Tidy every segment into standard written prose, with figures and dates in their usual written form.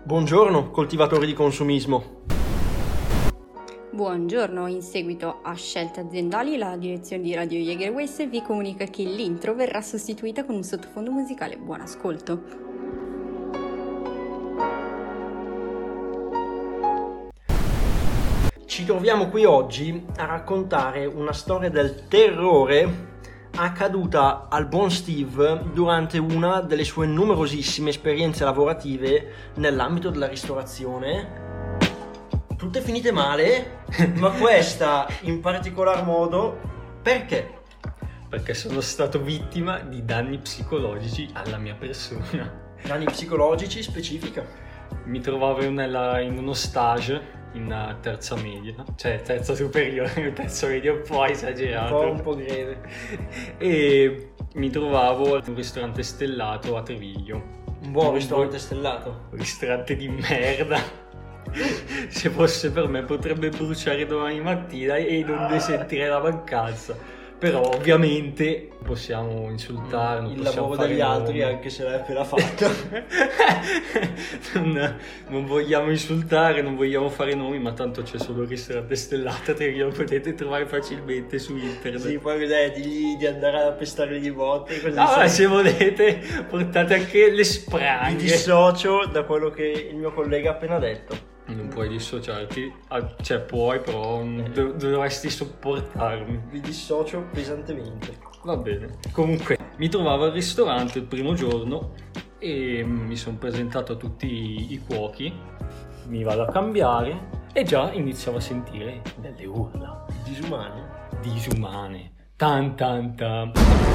Buongiorno, coltivatori di consumismo. Buongiorno, in seguito a scelte aziendali la direzione di Radio Jägerweiss vi comunica che l'intro verrà sostituita con un sottofondo musicale. Buon ascolto. Ci troviamo qui oggi a raccontare una storia del terrore accaduta al buon Steve durante una delle sue numerosissime esperienze lavorative nell'ambito della ristorazione. Tutte finite male, ma questa in particolar modo perché? Perché sono stato vittima di danni psicologici alla mia persona. Danni psicologici specifica. Mi trovavo in uno stage in terza media, cioè terza superiore, terza media un po' esagerato. Un po' greve. E mi trovavo in un ristorante stellato a Treviglio. Un buon ristorante stellato. Un ristorante di merda. Se fosse per me potrebbe bruciare domani mattina e non ne sentirei la mancanza. Però ovviamente possiamo insultare, il lavoro degli altri anche se l'hai appena fatto. non vogliamo insultare, non vogliamo fare nomi, ma tanto c'è solo il ristorante stellato che lo potete trovare facilmente su internet. Sì, poi digli di andare a pestare gli botti così. No, se volete portate anche le spranghe. Mi dissocio da quello che il mio collega ha appena detto. Non puoi dissociarti, cioè puoi, però dovresti sopportarmi. Mi dissocio pesantemente. Va bene. Comunque, mi trovavo al ristorante il primo giorno e mi sono presentato a tutti i cuochi, mi vado a cambiare e già iniziavo a sentire delle urla. Disumane. Tan tan tan.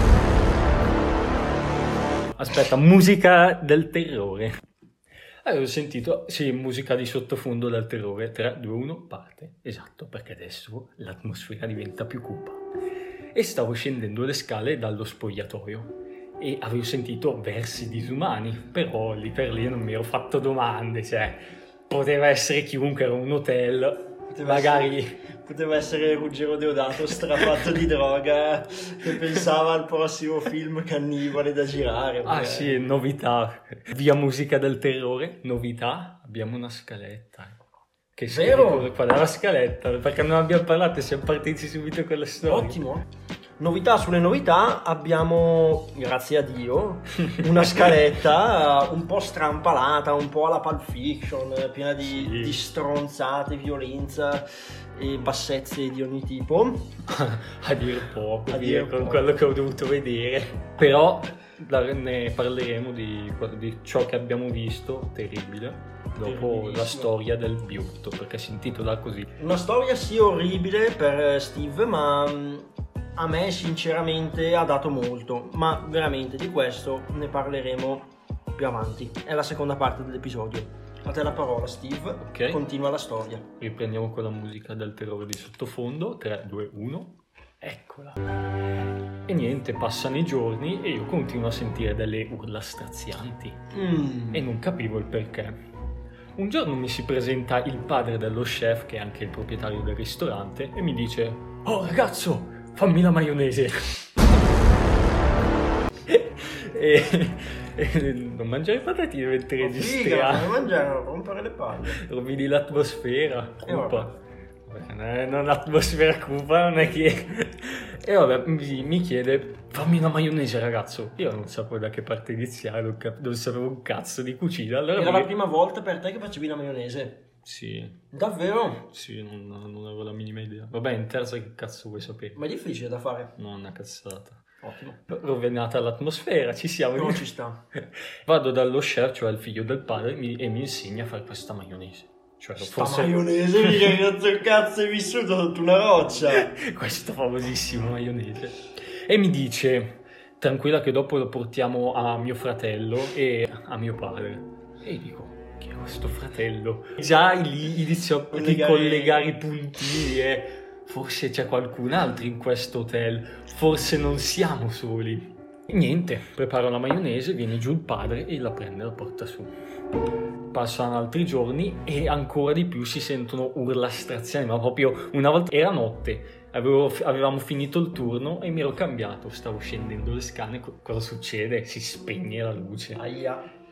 Aspetta, musica del terrore. Ho sentito, sì, musica di sottofondo del terrore. 3, 2, 1, parte. Esatto, perché adesso l'atmosfera diventa più cupa. E stavo scendendo le scale dallo spogliatoio e avevo sentito versi disumani, però lì per lì non mi ero fatto domande, cioè poteva essere chiunque, era un hotel, poteva essere Ruggero Deodato strafatto di droga che pensava al prossimo film cannibale da girare. Ah sì, novità. Via musica del terrore, novità, abbiamo una scaletta. Che vero? Qual è la scaletta? Perché non abbiamo parlato e siamo partiti subito con le storie. Ottimo. Novità sulle novità, abbiamo, grazie a Dio, una scaletta un po' strampalata, un po' alla Pulp Fiction, piena di stronzate, violenza e bassezze di ogni tipo. A dir poco, con quello che ho dovuto vedere. Però ne parleremo di ciò che abbiamo visto, terribile, dopo la storia del biotto, perché si intitola così. Una storia sì orribile per Steve, ma a me sinceramente ha dato molto, ma veramente di questo ne parleremo più avanti. È la seconda parte dell'episodio. A te la parola, Steve. Ok. Continua la storia. Riprendiamo con la musica del terrore di sottofondo. 3, 2, 1. Eccola. E niente, passano i giorni e io continuo a sentire delle urla strazianti. E non capivo il perché. Un giorno mi si presenta il padre dello chef, che è anche il proprietario del ristorante, e mi dice: "Oh ragazzo, fammi la maionese." e non mangiare patatine mentre registriamo. Non mangiare, non rompere le palle. Rovini l'atmosfera cupa. Non l'atmosfera cupa, non è che... E vabbè, mi chiede: "Fammi una maionese ragazzo." Io non sapevo da che parte iniziare, non sapevo un cazzo di cucina. Allora era la prima volta per te che facevi la maionese? Sì. Davvero? Sì, non avevo la minima idea. Vabbè, in terza che cazzo vuoi sapere? Ma è difficile da fare. No, una cazzata. Ottimo. Rovinata l'atmosfera, ci siamo. No, ci sta. Vado dallo chef, cioè il figlio del padre, e mi insegna a fare questa maionese. Cioè, maionese, mica cazzo hai vissuto sotto una roccia. Questa famosissima maionese. E mi dice: "Tranquilla che dopo lo portiamo a mio fratello e a mio padre." E dico: "Chi è questo fratello?" Già lì inizio a ricollegare i puntini e forse c'è qualcun altro in questo hotel, forse non siamo soli. E niente, preparo la maionese, viene giù il padre e la prende e la porta su. Passano altri giorni e ancora di più si sentono urla strazianti, ma proprio una volta era notte, avevamo finito il turno e mi ero cambiato, stavo scendendo le scale, cosa succede? Si spegne la luce. Aia.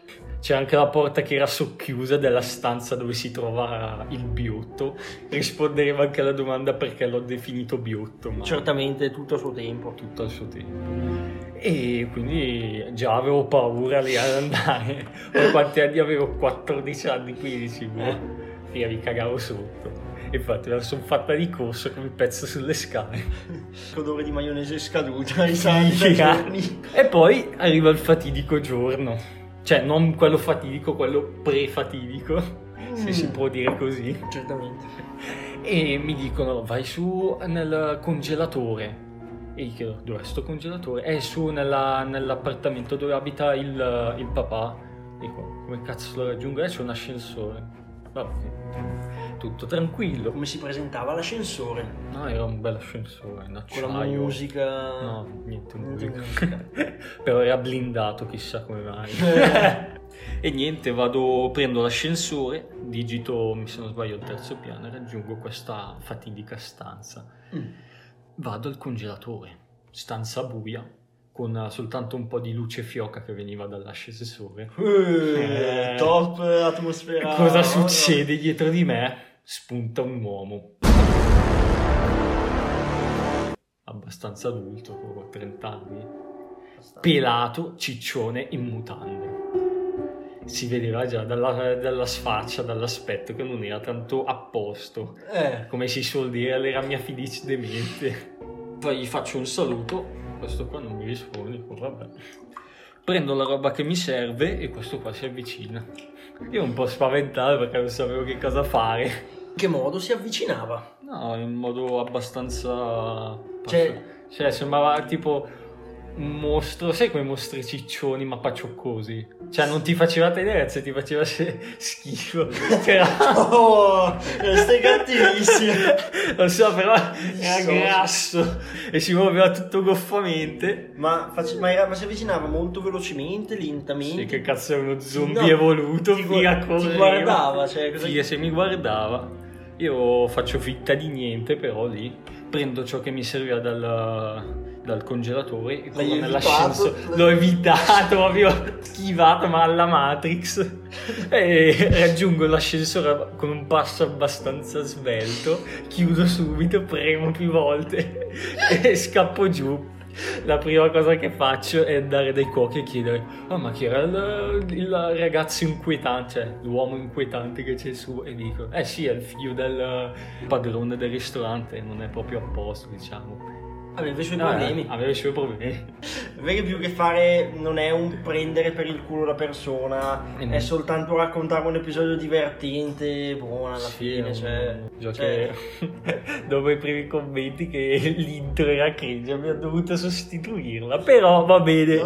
C'era anche la porta che era socchiusa della stanza dove si trova il biotto. Risponderemo anche alla domanda perché l'ho definito biotto. Ma Certamente tutto a suo tempo. tutto al suo tempo. E quindi già avevo paura lì ad andare. Poi quanti anni avevo? 14 anni, 15. Io mi cagavo sotto. Infatti me la sono fatta di corso con il pezzo sulle scale. Odore di maionese scaduta, i santi giorni. E poi arriva il fatidico giorno. Cioè, non quello fatidico, quello pre-fatidico, se si può dire così. Certamente. E mi dicono, vai su nel congelatore. E io chiedo, dov'è sto congelatore? È su nell'appartamento dove abita il papà. Dico, come cazzo lo raggiungo? C'è un ascensore. Va bene. Tutto tranquillo. Come si presentava l'ascensore? No, era un bel ascensore in acciaio. Con la musica... No, niente musica. Però era blindato, chissà come mai. E niente, prendo l'ascensore, digito, se non sbaglio, il terzo piano e raggiungo questa fatidica stanza. Vado al congelatore, stanza buia, con soltanto un po' di luce fioca che veniva dall'ascensore. Top atmosfera. Cosa succede dietro di me? Spunta un uomo. Abbastanza adulto, avevo 30 anni. Pelato, ciccione, in mutande. Si vedeva già dalla sfaccia, dall'aspetto che non era tanto a posto. Come si suol dire, era mia fidice demente. Poi gli faccio un saluto, questo qua non mi risponde, dico vabbè. Prendo la roba che mi serve e questo qua si avvicina. Io un po' spaventato perché non sapevo che cosa fare. In che modo si avvicinava? No, in modo abbastanza... Cioè sembrava tipo un mostro, sai quei mostri ciccioni ma paccioccosi? Cioè non ti faceva tenerezza, ti faceva schifo. Oh, stai cattivissimo. Lo so, però era grasso e si muoveva tutto goffamente. Ma si avvicinava molto velocemente, lentamente? Sì, che cazzo è uno zombie evoluto, ti guardava, cioè cosa... se mi guardava. Io faccio finta di niente, però lì prendo ciò che mi serviva dal congelatore e quello nell'ascensore. L'ho evitato, proprio schivato, ma alla Matrix. E raggiungo l'ascensore con un passo abbastanza svelto, chiudo subito, premo più volte e scappo giù. La prima cosa che faccio è andare dai cuochi e chiedere: ma chi era il ragazzo inquietante, cioè l'uomo inquietante che c'è su? E dico: sì, è il figlio del padrone del ristorante, non è proprio a posto, diciamo. Aveva i suoi problemi. Aveva i suoi problemi. Vedi, più che fare non è un prendere per il culo la persona, è soltanto raccontare un episodio divertente, buono alla fine. Che dopo i primi commenti che l'intro era cringe abbiamo dovuto sostituirla, però va bene.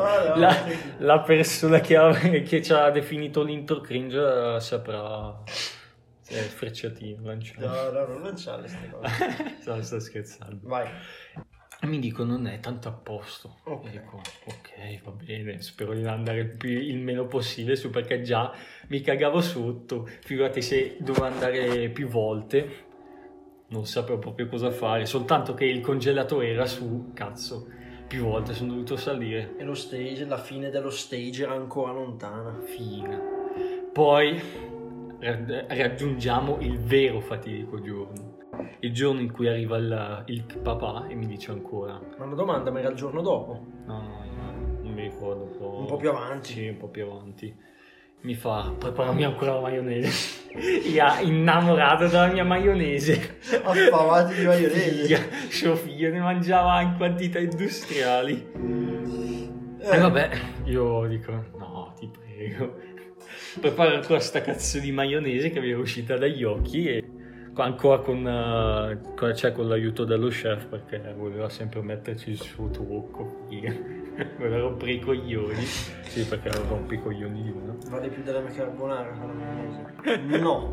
La persona che ci ha definito l'intro cringe saprà... frecciatino, lanciare. No, non lanciare queste cose. Sto scherzando. Vai. Mi dicono non è tanto a posto. Okay. Dico, ok, va bene, spero di non andare il meno possibile su, perché già mi cagavo sotto. Figurati se dovevo andare più volte, non sapevo proprio cosa fare, soltanto che il congelatore era su, cazzo, più volte sono dovuto salire. E la fine dello stage era ancora lontana. Fine. Poi raggiungiamo il vero fatidico giorno. Il giorno in cui arriva il papà e mi dice ancora: ma una domanda, ma era il giorno dopo? No, non mi ricordo. Un po' più avanti? Sì, un po' più avanti. Mi fa: preparami ancora la maionese. Io innamorato della mia maionese. Affamato di maionese. Suo figlio ne mangiava in quantità industriali. E vabbè, io dico: no, ti prego, prepara ancora sta cazzo di maionese che mi è uscita dagli occhi, e ancora con l'aiuto dello chef, perché voleva sempre metterci il suo trucco. Voleva rompere i coglioni. Sì, perché rompe i coglioni di uno. Vale più della mia carbonara con la maionese? No.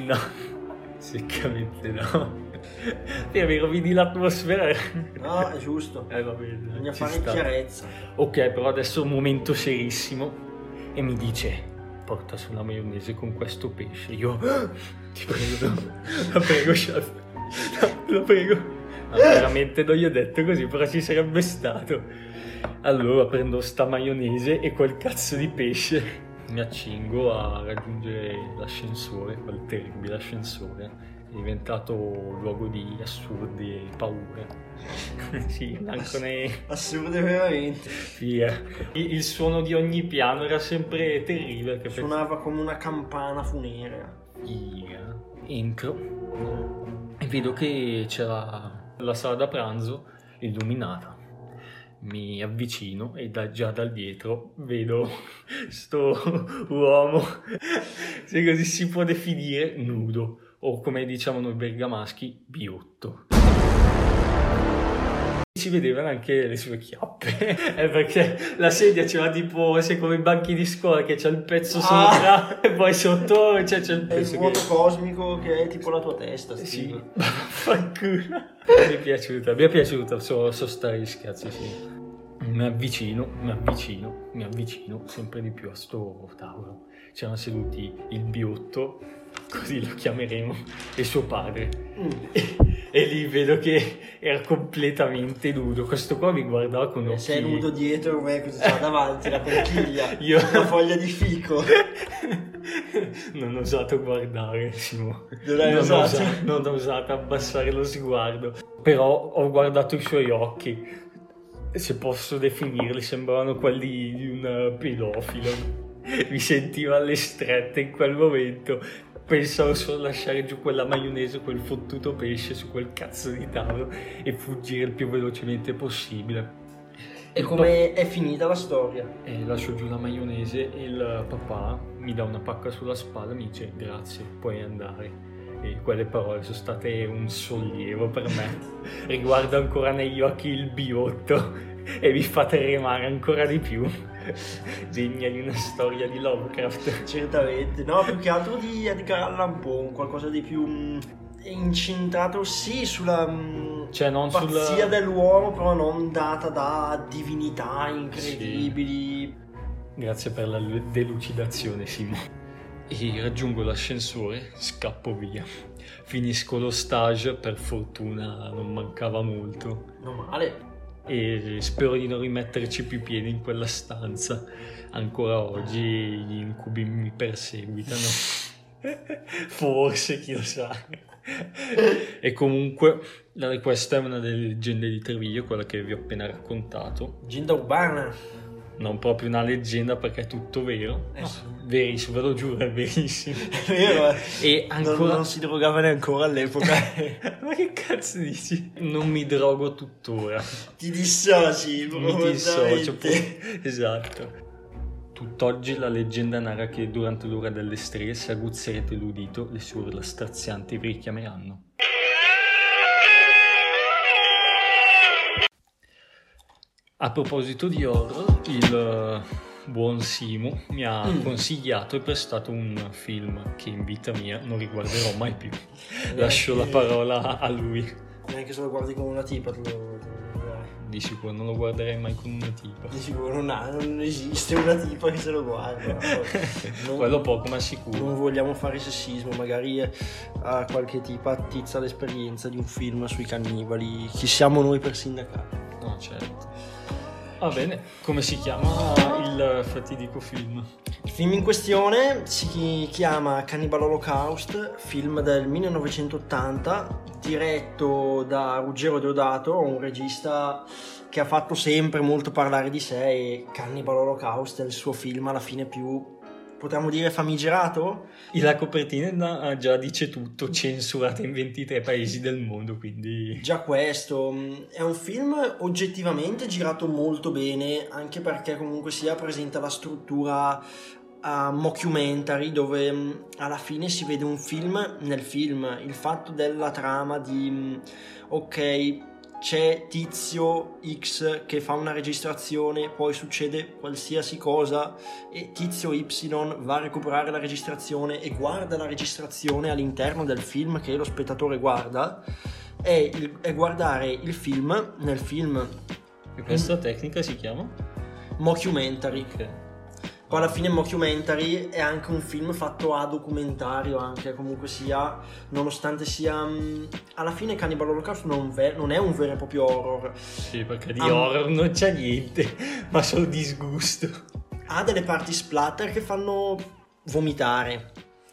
Seccamente no. Mi rovini l'atmosfera. No, è giusto. Va bene. Bisogna fare chiarezza. Ok, però adesso è un momento serissimo. E mi dice: porta sulla maionese con questo pesce. Io ti prego, la prego, chef, la prego. No, veramente non gli ho detto così, però ci sarebbe stato. Allora prendo sta maionese e quel cazzo di pesce mi accingo a raggiungere l'ascensore, quel terribile ascensore, è diventato luogo di assurdi e paure. Sì, assurde veramente. Sì, il suono di ogni piano era sempre terribile. Che suonava come una campana funerea. Entro e vedo che c'era la sala da pranzo illuminata. Mi avvicino e già dal dietro vedo sto uomo, se così si può definire, nudo, o come diciamo noi bergamaschi, biotto. Si vedevano anche le sue chiappe, perché la sedia c'era tipo, se come i banchi di scuola che c'è il pezzo sopra e poi sotto c'è il pezzo. È il vuoto cosmico che è tipo la tua testa. Sì, fanculo. Mi è piaciuta, so stare gli scherzi, sì. Mi avvicino, sempre di più a sto tavolo. C'erano seduti il biotto, così lo chiameremo, e suo padre. E lì vedo che era completamente nudo. Questo qua mi guardava con occhi... Sei nudo dietro, cosa c'ha davanti? La conchiglia, una foglia di fico. Non ho osato guardare, Simo. Non ho osato abbassare lo sguardo. Però ho guardato i suoi occhi, se posso definirli, sembravano quelli di un pedofilo. Mi sentivo alle strette in quel momento. Pensavo solo lasciare giù quella maionese, quel fottuto pesce su quel cazzo di tavolo e fuggire il più velocemente possibile. E come è finita la storia? Lascio giù la maionese e il papà mi dà una pacca sulla spalla e mi dice grazie, puoi andare. E quelle parole sono state un sollievo per me. Riguardo ancora negli occhi il biotto e mi fa tremare ancora di più. Degna di una storia di Lovecraft. Certamente, no, più che altro di Edgar Allan Poe, qualcosa di più incentrato sì sulla non pazzia dell'uomo, però non data da divinità incredibili. Sì. Grazie per la delucidazione, Simo. E raggiungo l'ascensore, scappo via. Finisco lo stage, per fortuna non mancava molto. Non male. E spero di non rimetterci più piedi in quella stanza. Ancora oggi gli incubi mi perseguitano. Forse, chi lo sa. E comunque questa è una delle leggende di Treviglio, quella che vi ho appena raccontato. Leggenda urbana. Non proprio una leggenda perché è tutto vero. Verissimo, ve lo giuro, è verissimo. È vero, E ancora... non si drogava neanche ancora all'epoca. Ma che cazzo dici? Non mi drogo tuttora. Ti dissoci, mi dissocio. Esatto. Tutt'oggi la leggenda narra che durante l'ora delle streghe, se aguzzerete l'udito, le sue urla strazianti vi richiameranno. A proposito di horror, il buon Simo mi ha consigliato e prestato un film che in vita mia non riguarderò mai più. Lascio la parola a lui. Neanche se lo guardi con una tipa Di sicuro non lo guarderei mai con una tipa. Di sicuro non esiste una tipa che se lo guarda. Quello poco ma sicuro. Non vogliamo fare sessismo, magari a qualche tipa attizza l'esperienza di un film sui cannibali. Chi siamo noi per sindacare? No, certo. Va bene, come si chiama il fatidico film? Il film in questione si chiama Cannibal Holocaust, film del 1980, diretto da Ruggero Deodato, un regista che ha fatto sempre molto parlare di sé, e Cannibal Holocaust è il suo film alla fine più, potremmo dire, famigerato. E la copertina già dice tutto, censurata in 23 paesi del mondo, quindi... Già questo, è un film oggettivamente girato molto bene, anche perché comunque sia presenta la struttura mockumentary, dove alla fine si vede un film nel film, il fatto della trama di ok, c'è tizio X che fa una registrazione, poi succede qualsiasi cosa e tizio Y va a recuperare la registrazione e guarda la registrazione all'interno del film che lo spettatore guarda, è guardare il film nel film. E questa tecnica si chiama? Mockumentary. Okay. Poi alla fine mockumentary è anche un film fatto a documentario, anche comunque sia, nonostante sia alla fine Cannibal Holocaust non è un vero e proprio horror. Sì, perché di horror non c'è niente, ma solo disgusto. ha delle parti splatter che fanno vomitare,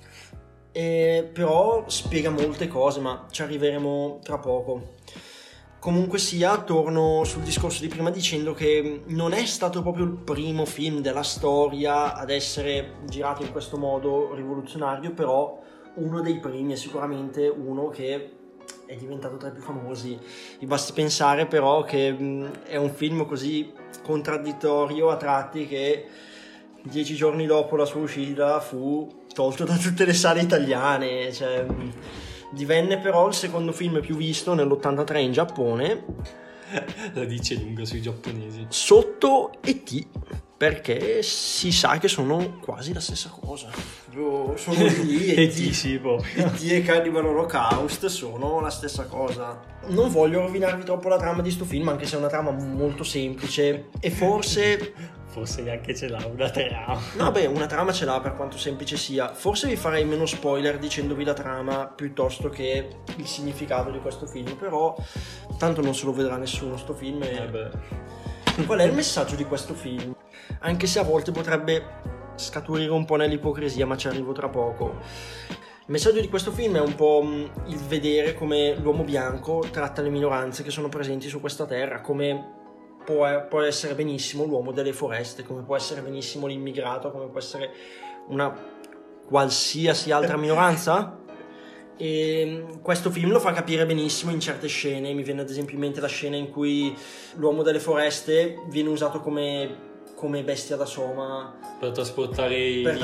però spiega molte cose, ma ci arriveremo tra poco. Comunque sia, torno sul discorso di prima dicendo che non è stato proprio il primo film della storia ad essere girato in questo modo rivoluzionario, però uno dei primi, è sicuramente uno che è diventato tra i più famosi. Vi basti pensare però che è un film così contraddittorio a tratti che 10 giorni dopo la sua uscita fu tolto da tutte le sale italiane, cioè divenne però il secondo film più visto nell'83 in Giappone, La dice lunga sui giapponesi. sotto E.T., perché si sa che sono quasi la stessa cosa. Sono lì E.T. sì, proprio. E.T. e Cannibal Holocaust sono la stessa cosa. Non voglio rovinarvi troppo la trama di sto film, anche se è una trama molto semplice e forse neanche ce l'ha una trama. no, beh, una trama ce l'ha, per quanto semplice sia. Forse vi farei meno spoiler dicendovi la trama piuttosto che il significato di questo film, però tanto non se lo vedrà nessuno sto film. Qual è il messaggio di questo film? Anche se a volte potrebbe scaturire un po' nell'ipocrisia, ma ci arrivo tra poco. Il messaggio di questo film è un po' il vedere come l'uomo bianco tratta le minoranze che sono presenti su questa terra, come può essere benissimo l'uomo delle foreste, come può essere benissimo l'immigrato, come può essere una qualsiasi altra minoranza. E questo film lo fa capire benissimo in certe scene. Mi viene ad esempio in mente la scena in cui l'uomo delle foreste viene usato come bestia da soma per trasportare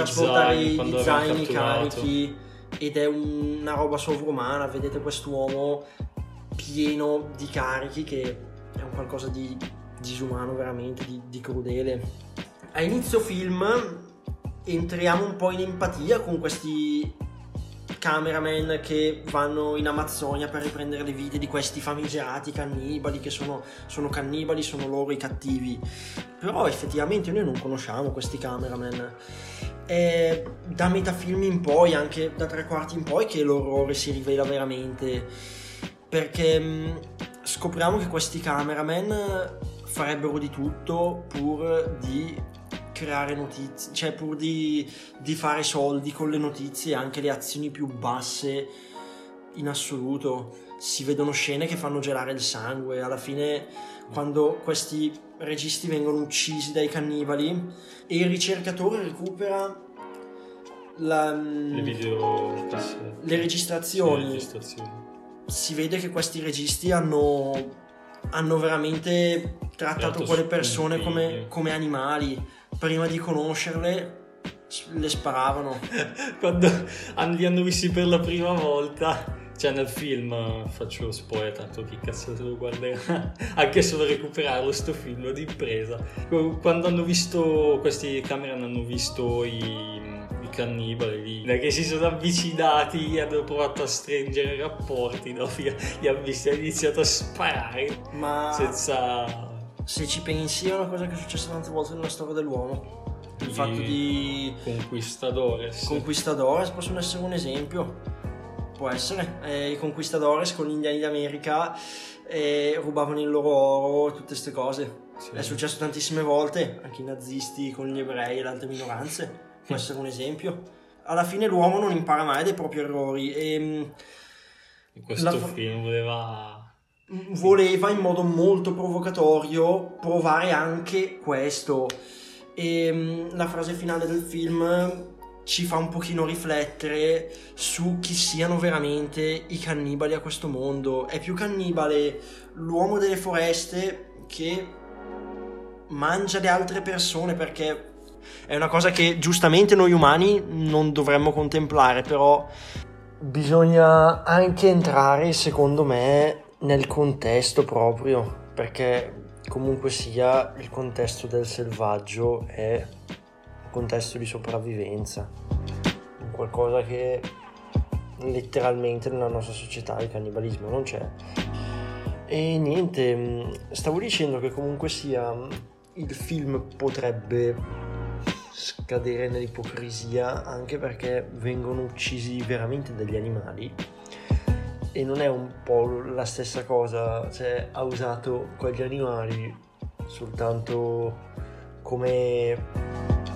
i zaini carichi, ed è una roba sovrumana. Vedete quest'uomo pieno di carichi che è un qualcosa di disumano, veramente di crudele. A inizio film entriamo un po' in empatia con questi cameraman che vanno in Amazzonia per riprendere le vite di questi famigerati cannibali che sono cannibali, sono loro i cattivi, però effettivamente noi non conosciamo questi cameraman. È da metà film in poi, anche da tre quarti in poi, che l'orrore si rivela veramente, perché scopriamo che questi cameraman farebbero di tutto pur di creare notizie, cioè pur di fare soldi con le notizie, anche le azioni più basse in assoluto. Si vedono scene che fanno gelare il sangue. Alla fine, quando questi registi vengono uccisi dai cannibali e il ricercatore recupera le registrazioni, si vede che questi registi hanno veramente trattato quelle persone come animali. Prima di conoscerle le sparavano. Quando li hanno visti per la prima volta, cioè nel film, faccio spoiler, tanto chi cazzo se lo guarderà, anche solo recuperarlo sto film d'impresa. Quando hanno visto questi cameraman, hanno visto i cannibali lì che si sono avvicinati, hanno provato a stringere rapporti, no? Li hanno visti e hanno iniziato a sparare, ma senza... Se ci pensi, è una cosa che è successa tante volte nella storia dell'uomo. Il fatto di Conquistadores possono essere un esempio. Può essere. I Conquistadores con gli indiani d'America rubavano il loro oro, tutte queste cose. Sì. È successo tantissime volte, anche i nazisti con gli ebrei e le altre minoranze. Può essere un esempio. Alla fine l'uomo non impara mai dai propri errori. E questo film voleva in modo molto provocatorio provare anche questo, e la frase finale del film ci fa un pochino riflettere su chi siano veramente i cannibali a questo mondo. È più cannibale l'uomo delle foreste che mangia le altre persone, perché è una cosa che giustamente noi umani non dovremmo contemplare, però bisogna anche entrare, secondo me, nel contesto proprio, perché comunque sia il contesto del selvaggio è un contesto di sopravvivenza, qualcosa che letteralmente nella nostra società il cannibalismo non c'è. E niente, stavo dicendo che comunque sia il film potrebbe scadere nell'ipocrisia anche perché vengono uccisi veramente degli animali. E non è un po' la stessa cosa, cioè ha usato quegli animali soltanto come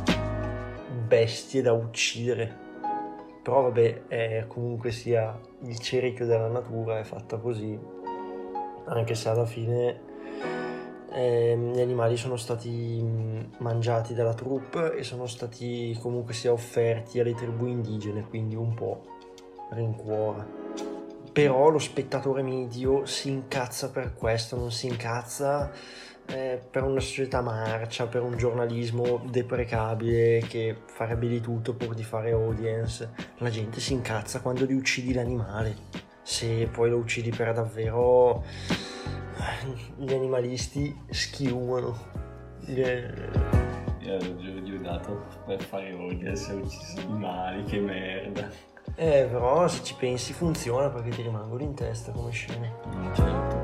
bestie da uccidere. Però vabbè, comunque sia il cerchio della natura è fatta così, anche se alla fine gli animali sono stati mangiati dalla troupe e sono stati comunque sia offerti alle tribù indigene, quindi un po' rincuora. Però lo spettatore medio si incazza per questo, non si incazza per una società marcia, per un giornalismo deprecabile che farebbe di tutto pur di fare audience. La gente si incazza quando li uccidi l'animale. Se poi lo uccidi per davvero, gli animalisti schiumano. Io gli ho dato per fare audience, ho ucciso animali, che merda. Però se ci pensi funziona, perché ti rimangono in testa come scene. Certo.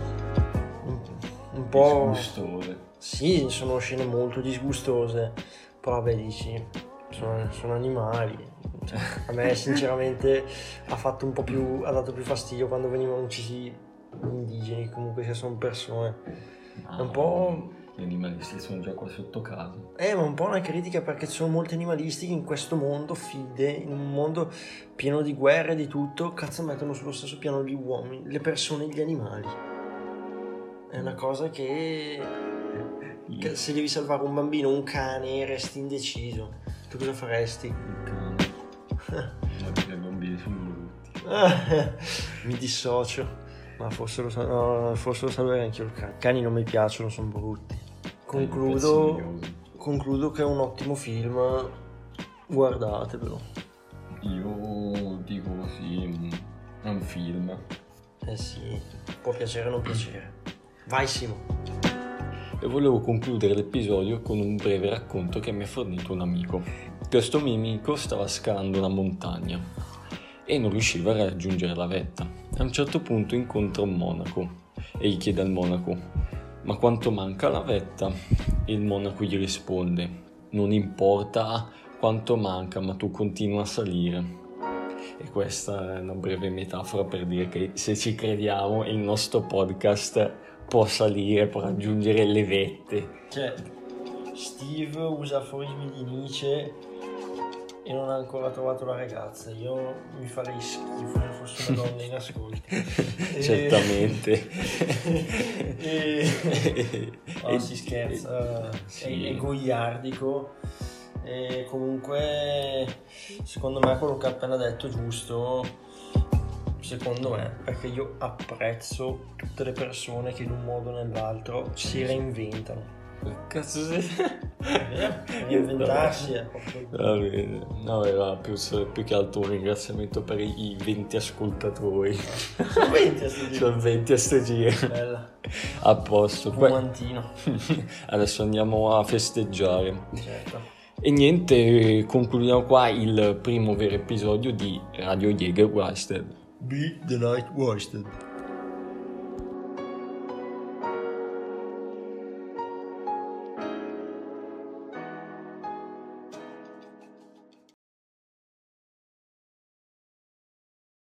Un po' disgustose. Sì, sono scene molto disgustose, però vabbè, dici, sono animali. Cioè, a me sinceramente ha dato più fastidio quando venivano uccisi indigeni, comunque se sono persone. È un po'... Gli animalisti sono già qua sotto casa. Ma un po' una critica, perché ci sono molti animalisti che in questo mondo in un mondo pieno di guerre e di tutto, cazzo, mettono sullo stesso piano gli uomini, le persone e gli animali. È una cosa che se devi salvare un bambino o un cane resti indeciso. Tu cosa faresti? Il cane. Ma perché i bambini sono brutti. Mi dissocio. Ma forse lo salverei anche io il cane. I cani non mi piacciono, sono brutti. Concludo che è un ottimo film. Guardatevelo. Io dico sì, è un film. Sì, può piacere o non piacere. Vai Simo. E volevo concludere l'episodio con un breve racconto che mi ha fornito un amico. Questo mio amico stava scalando una montagna e non riusciva a raggiungere la vetta. A un certo punto incontra un monaco e gli chiede al monaco: ma quanto manca alla vetta? E il monaco gli risponde: non importa quanto manca, ma tu continua a salire. E questa è una breve metafora per dire che se ci crediamo il nostro podcast può salire, può raggiungere le vette. Cioè, Steve usa aforismi di Nietzsche e non ha ancora trovato la ragazza. Io mi farei schifo se fosse una donna in ascolto. Certamente. Si scherza, sì. È goiardico. E comunque secondo me quello che ha appena detto è giusto, secondo me, perché io apprezzo tutte le persone che in un modo o nell'altro si reinventano. Cazzo sei? Reinventarsi Va bene. No, era più che altro un ringraziamento per i 20 ascoltatori. Sono 20 a sto giro. Sono 20 a sto giro. Bella. A posto. Fumantino. Adesso andiamo a festeggiare. Certo. E niente, concludiamo qua il primo vero episodio di Radio Jäger Wasted. Be the night wasted.